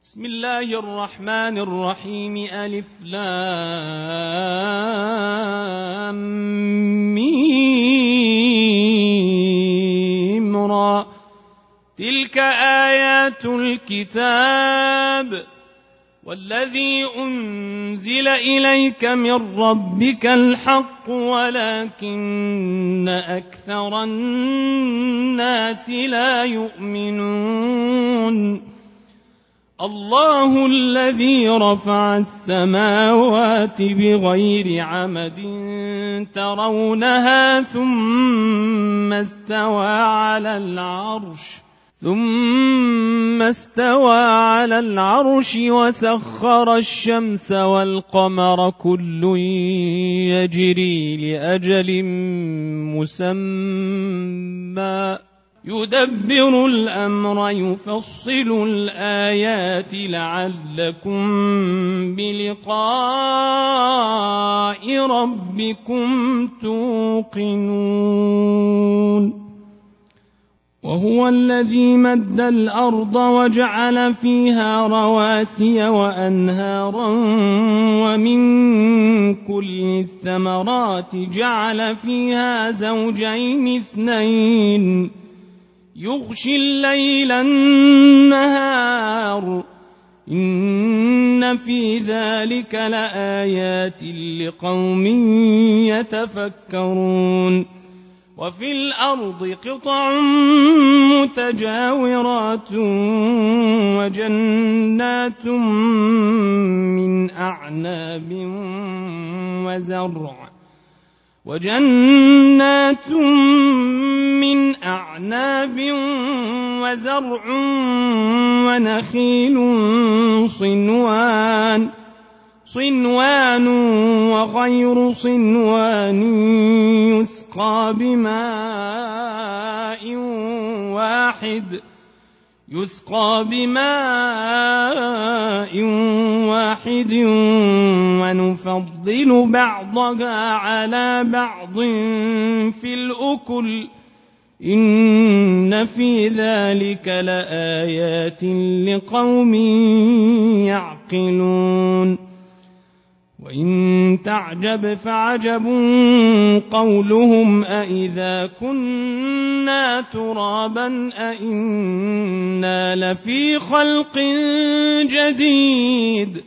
بسم الله الرحمن الرحيم ألف لام ميم را تلك آيات الكتاب والذي أنزل إليك من ربك الحق ولكن أكثر الناس لا يؤمنون الله الذي رفع السماوات بغير عمد ترونها ثم استوى على العرش وسخر الشمس والقمر كل يجري لأجل مسمى يدبر الأمر يفصل الآيات لعلكم بلقاء ربكم توقنون وهو الذي مد الأرض وجعل فيها رواسي وأنهارا ومن كل الثمرات جعل فيها زوجين اثنين يغشي الليل النهار إن في ذلك لآيات لقوم يتفكرون وفي الأرض قطع متجاورات وجنات من أعناب وزرع ونخيل صنوان وغير صنوان يسقى بماء واحد ونفضل بعضها على بعض في الأكل إن في ذلك لآيات لقوم يعقلون وإن تعجب فعجب قولهم أإذا كنا ترابا أإنا لفي خلق جديد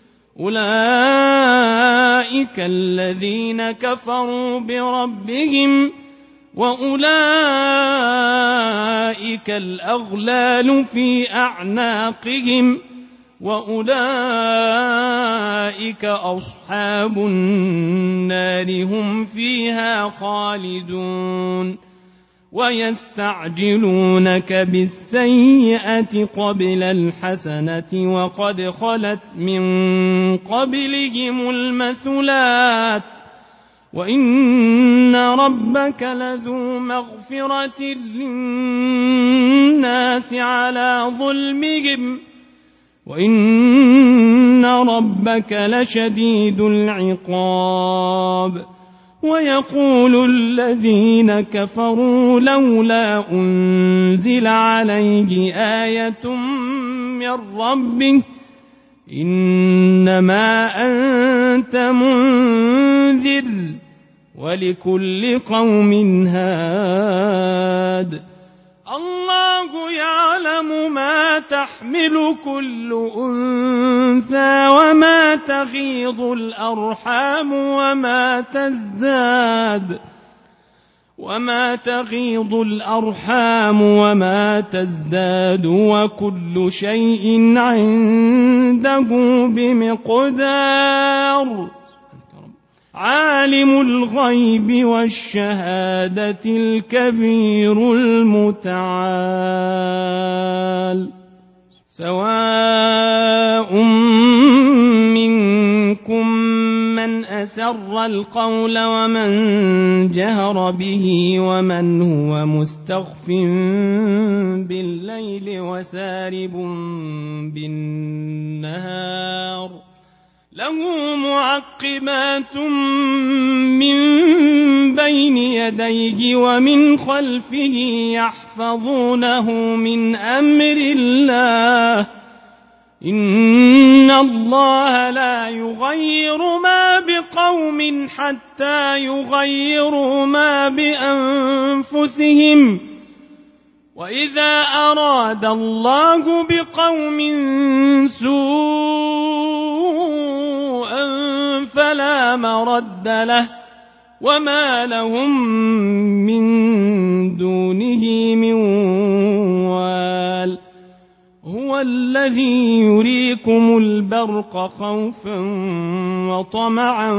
أولئك الذين كفروا بربهم وأولئك الأغلال في أعناقهم وأولئك أصحاب النار هم فيها خالدون ويستعجلونك بالسيئة قبل الحسنة وقد خلت من قبلهم المثلات وإن ربك لذو مغفرة للناس على ظلمهم وإن ربك لشديد العقاب ويقول الذين كفروا لولا أنزل عليه آية من ربه إنما أنت منذر ولكل قوم هاد الله يعلم ما تحمل كل أنثى وما تغيض الأرحام وما تزداد وكل شيء عنده بمقدار عالم الغيب والشهادة الكبير المتعال سواء منكم من أسر القول ومن جهر به ومن هو مستخف بالليل وسارب بالنهار له معقبات من بين يديه ومن خلفه يحفظونه من أمر الله إن الله لا يغير ما بقوم حتى يغيروا ما بأنفسهم وإذا أراد الله بقوم سوءا فلا مرد له وما لهم من دونه من وال هو الذي يريكم البرق خوفا وطمعا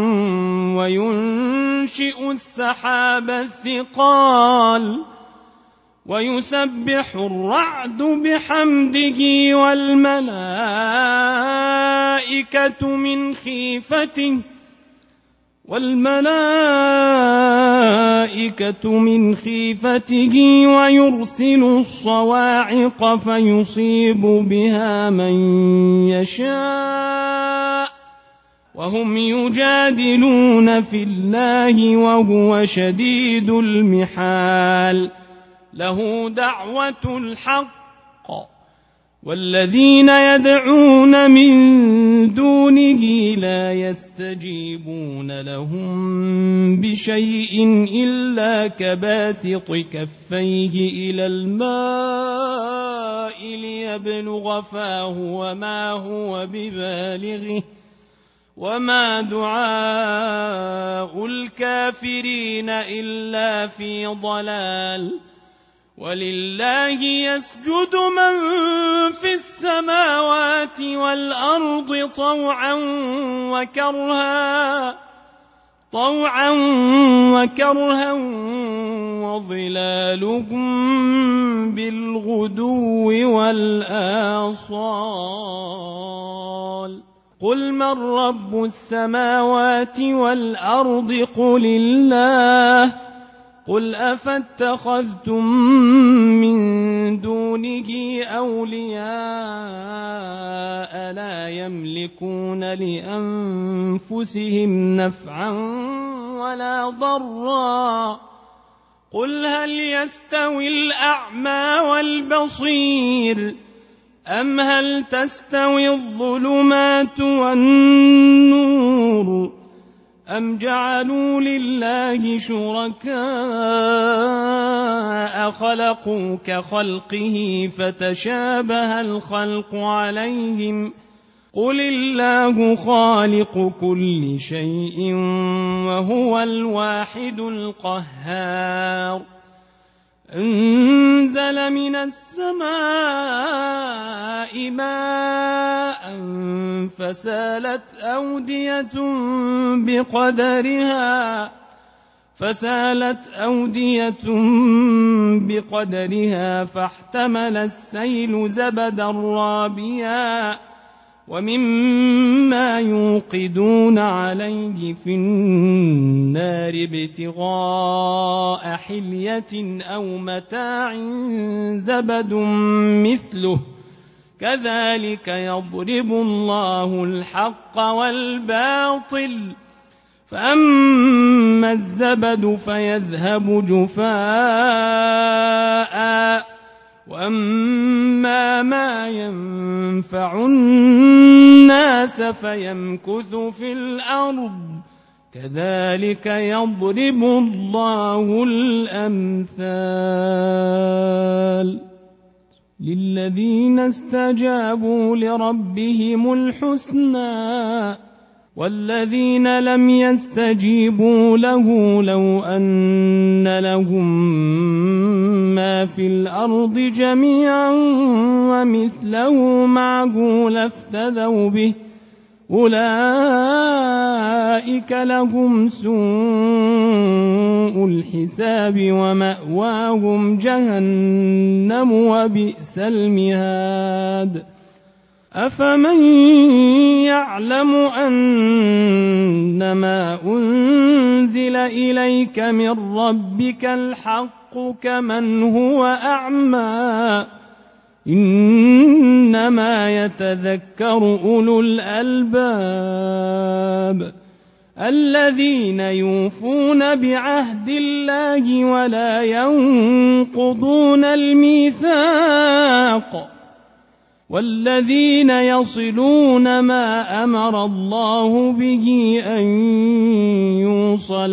وينشئ السحاب الثقال ويسبح الرعد بحمده والملائكة من خيفته ويرسل الصواعق فيصيب بها من يشاء وهم يجادلون في الله وهو شديد المحال له دعوة الحق والذين يدعون من دونه لا يستجيبون لهم بشيء إلا كباسط كفيه إلى الماء ليبلغ فاه وما هو ببالغه وما دعاء الكافرين إلا في ضلال ولله يسجد من في السماوات والأرض طوعا وكرها وظلالهم بالغدو والآصال قل من رب السماوات والأرض قل الله قل أفاتخذتم من دونه أولياء لا يملكون لأنفسهم نفعا ولا ضرا قل هل يستوي الأعمى والبصير أم هل تستوي الظلمات والنور أم جعلوا لله شركاء خلقوا كخلقه فتشابه الخلق عليهم قل الله خالق كل شيء وهو الواحد القهار أنزل من السماء ماء فسالت أودية بقدرها فاحتمل السيل زبدا رابيا ومما يوقدون عليه في النار ابتغاء حلية أو متاع زبد مثله كذلك يضرب الله الحق والباطل فأما الزبد فيذهب جفاء وأما ما ينفع الناس فيمكث في الأرض كذلك يضرب الله الأمثال للذين استجابوا لربهم الحسنى والذين لم يستجيبوا له لو أن لهم ما في الأرض جميعا ومثله معه لافتدوا به أولئك لهم سوء الحساب ومأواهم جهنم وبئس المهاد أفمن يعلم أنما أنزل إليك من ربك الحق كمن هو أعمى إنما يتذكر أولو الألباب الذين يوفون بعهد الله ولا ينقضون الميثاق والذين يصلون ما أمر الله به أن يوصل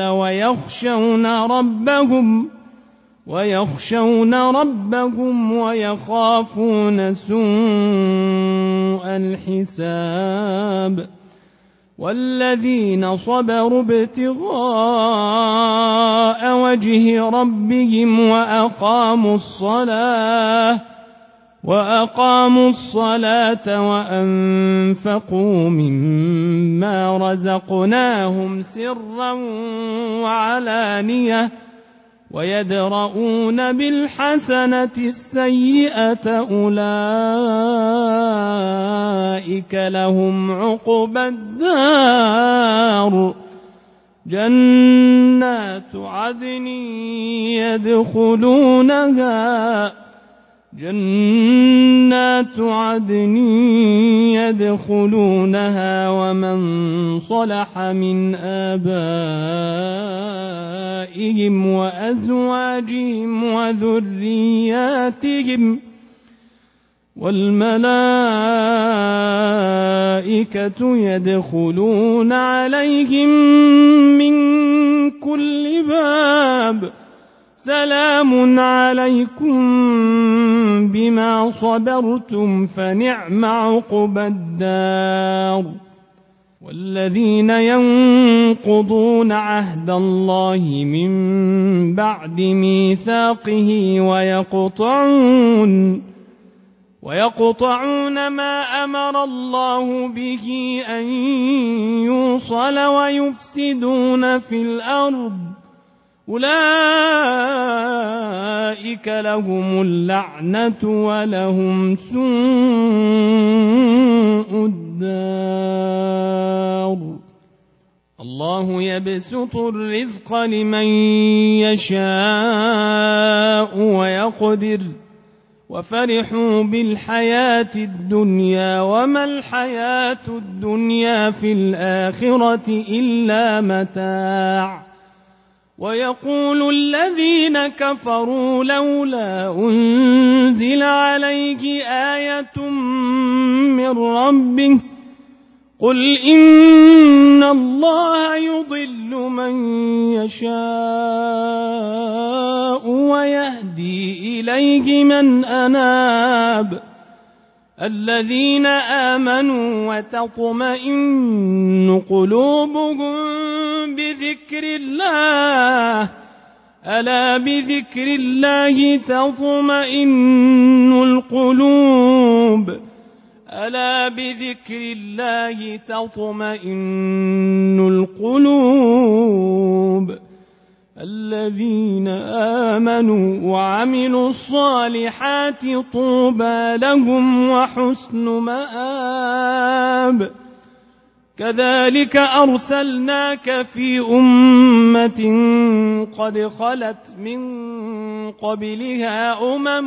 ويخشون ربهم ويخافون سوء الحساب والذين صبروا ابتغاء وجه ربهم وأقاموا الصلاة وأنفقوا مما رزقناهم سرا وعلانية ويدرؤون بالحسنة السيئة أولئك لهم عقبى الدار جنات عدن يدخلونها ومن صلح من آبائهم وأزواجهم وذرياتهم والملائكة يدخلون عليهم من كل باب سلام عليكم بما صبرتم فنعم عقبى الدار والذين ينقضون عهد الله من بعد ميثاقه ويقطعون ما أمر الله به أن يوصل ويفسدون في الأرض أولئك لهم اللعنة ولهم سوء الدار الله يبسط الرزق لمن يشاء ويقدر وفرحوا بالحياة الدنيا وما الحياة الدنيا في الآخرة إلا متاع ويقول الذين كفروا لولا أنزل عليه آية من ربه قل إن الله يضل من يشاء ويهدي إليه من أناب الذين آمنوا وتطمئن قلوبهم بذكر الله ألا بذكر الله تطمئن القلوب ألا بذكر الله تطمئن القلوب الذين آمنوا وعملوا الصالحات طوبى لهم وحسن مآب كذلك أرسلناك في أمة قد خلت من قبلها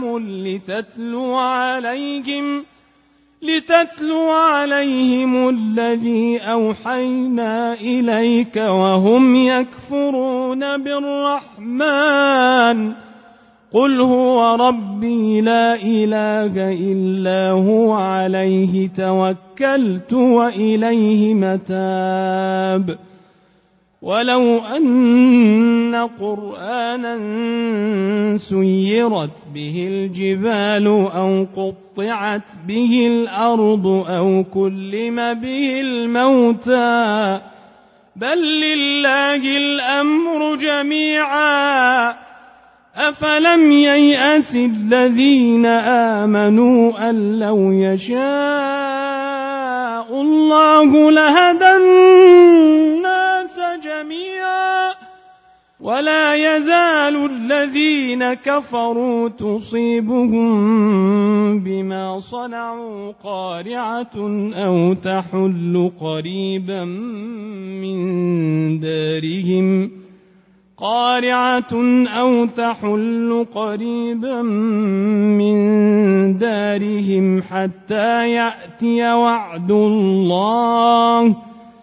لتتلو عليهم الذي أوحينا إليك وهم يكفرون بالرحمن قل هو ربي لا إله إلا هو عليه توكلت وإليه متاب ولو أن قرآنا سيرت به الجبال أو قطعت به الأرض أو كلم به الموتى بل لله الأمر جميعا أفلم ييأس الذين آمنوا أن لو يشاء الله لهدى الناس جميعا ولا يزال الذين كفروا تصيبهم بما صنعوا قارعة أو تحل قريبا من دارهم حتى يأتي وعد الله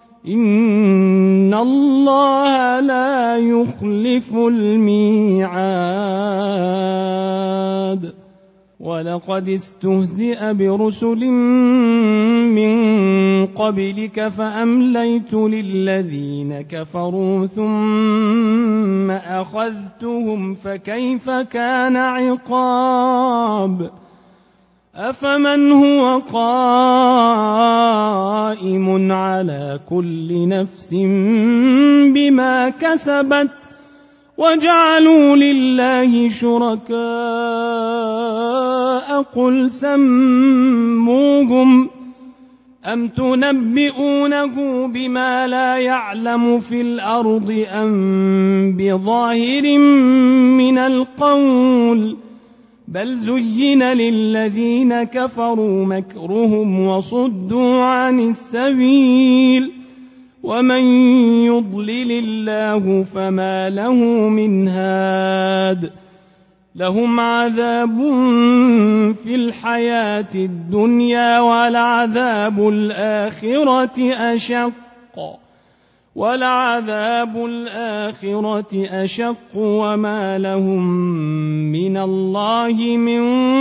إن الله لا يخلف الميعاد ولقد استهزئ برسل من قبلك فأمليت للذين كفروا ثم أخذتهم فكيف كان عقاب أفمن هو قائم على كل نفس بما كسبت وجعلوا لله شركاء قل سموهم أم تنبئونه بما لا يعلم في الأرض أم بظاهر من القول بل زين للذين كفروا مكرهم وصدوا عن السبيل ومن يضلل الله فما له من هاد لهم عذاب في الحياة الدنيا ولعذاب الآخرة أشق وما لهم من الله من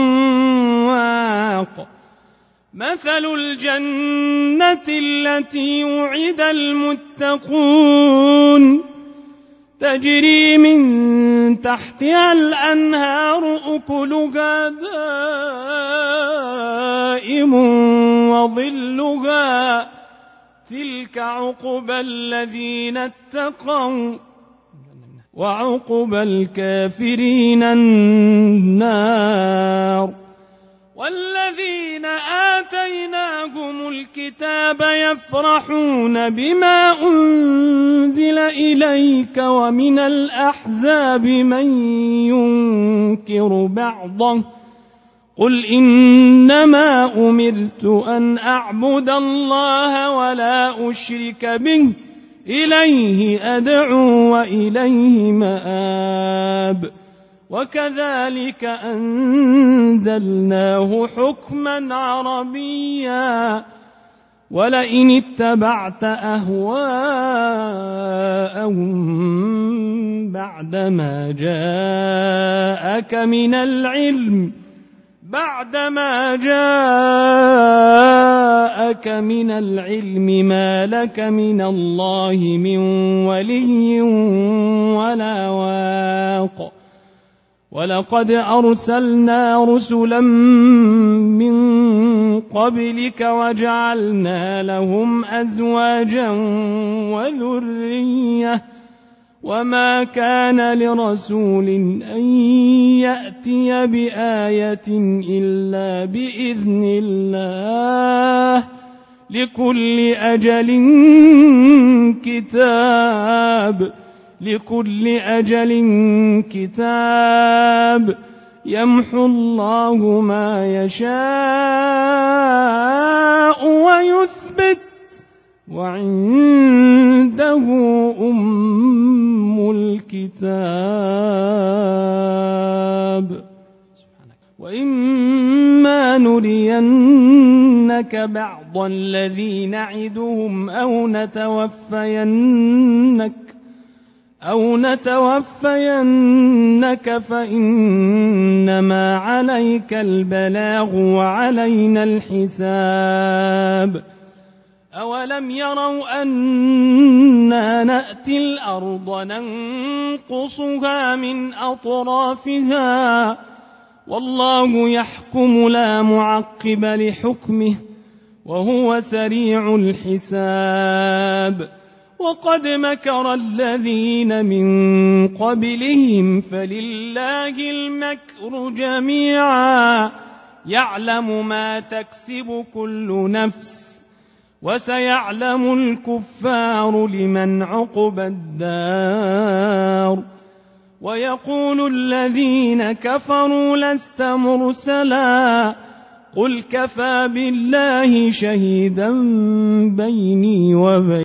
واق مثل الجنة التي وعد المتقون تجري من تحتها الأنهار أكلها دائم وظلها تلك عقبى الذين اتقوا وعقبى الكافرين النار والذين آتيناهم الكتاب يفرحون بما أنزل إليك ومن الأحزاب من ينكر بعضه قل إنما أمرت أن أعبد الله ولا أشرك به إليه أدعو وإليه مآب وكذلك أنزلناه حكما عربيا ولئن اتبعت أهواءهم بعدما جاءك من العلم ما لك من الله من ولي ولا واق ولقد أرسلنا رسلا من قبلك وجعلنا لهم أزواجا وذرية وما كان لرسول أن يأتي بآية إلا بإذن الله لكل أجل كتاب يمحو الله ما يشاء ويثبت وعنده أم الكتاب وإما نرينك بعض الذي نعدهم أو نتوفينك فإنما عليك البلاغ وعلينا الحساب أولم يروا أنا نأتي الأرض ننقصها من أطرافها والله يحكم لا معقب لحكمه وهو سريع الحساب وقد مكر الذين من قبلهم فلله المكر جميعا يعلم ما تكسب كل نفس وسيعلم الكفار لمن عقبى الدار ويقول الذين كفروا لست مرسلا قل كفى بالله شهيدا بيني وبينكم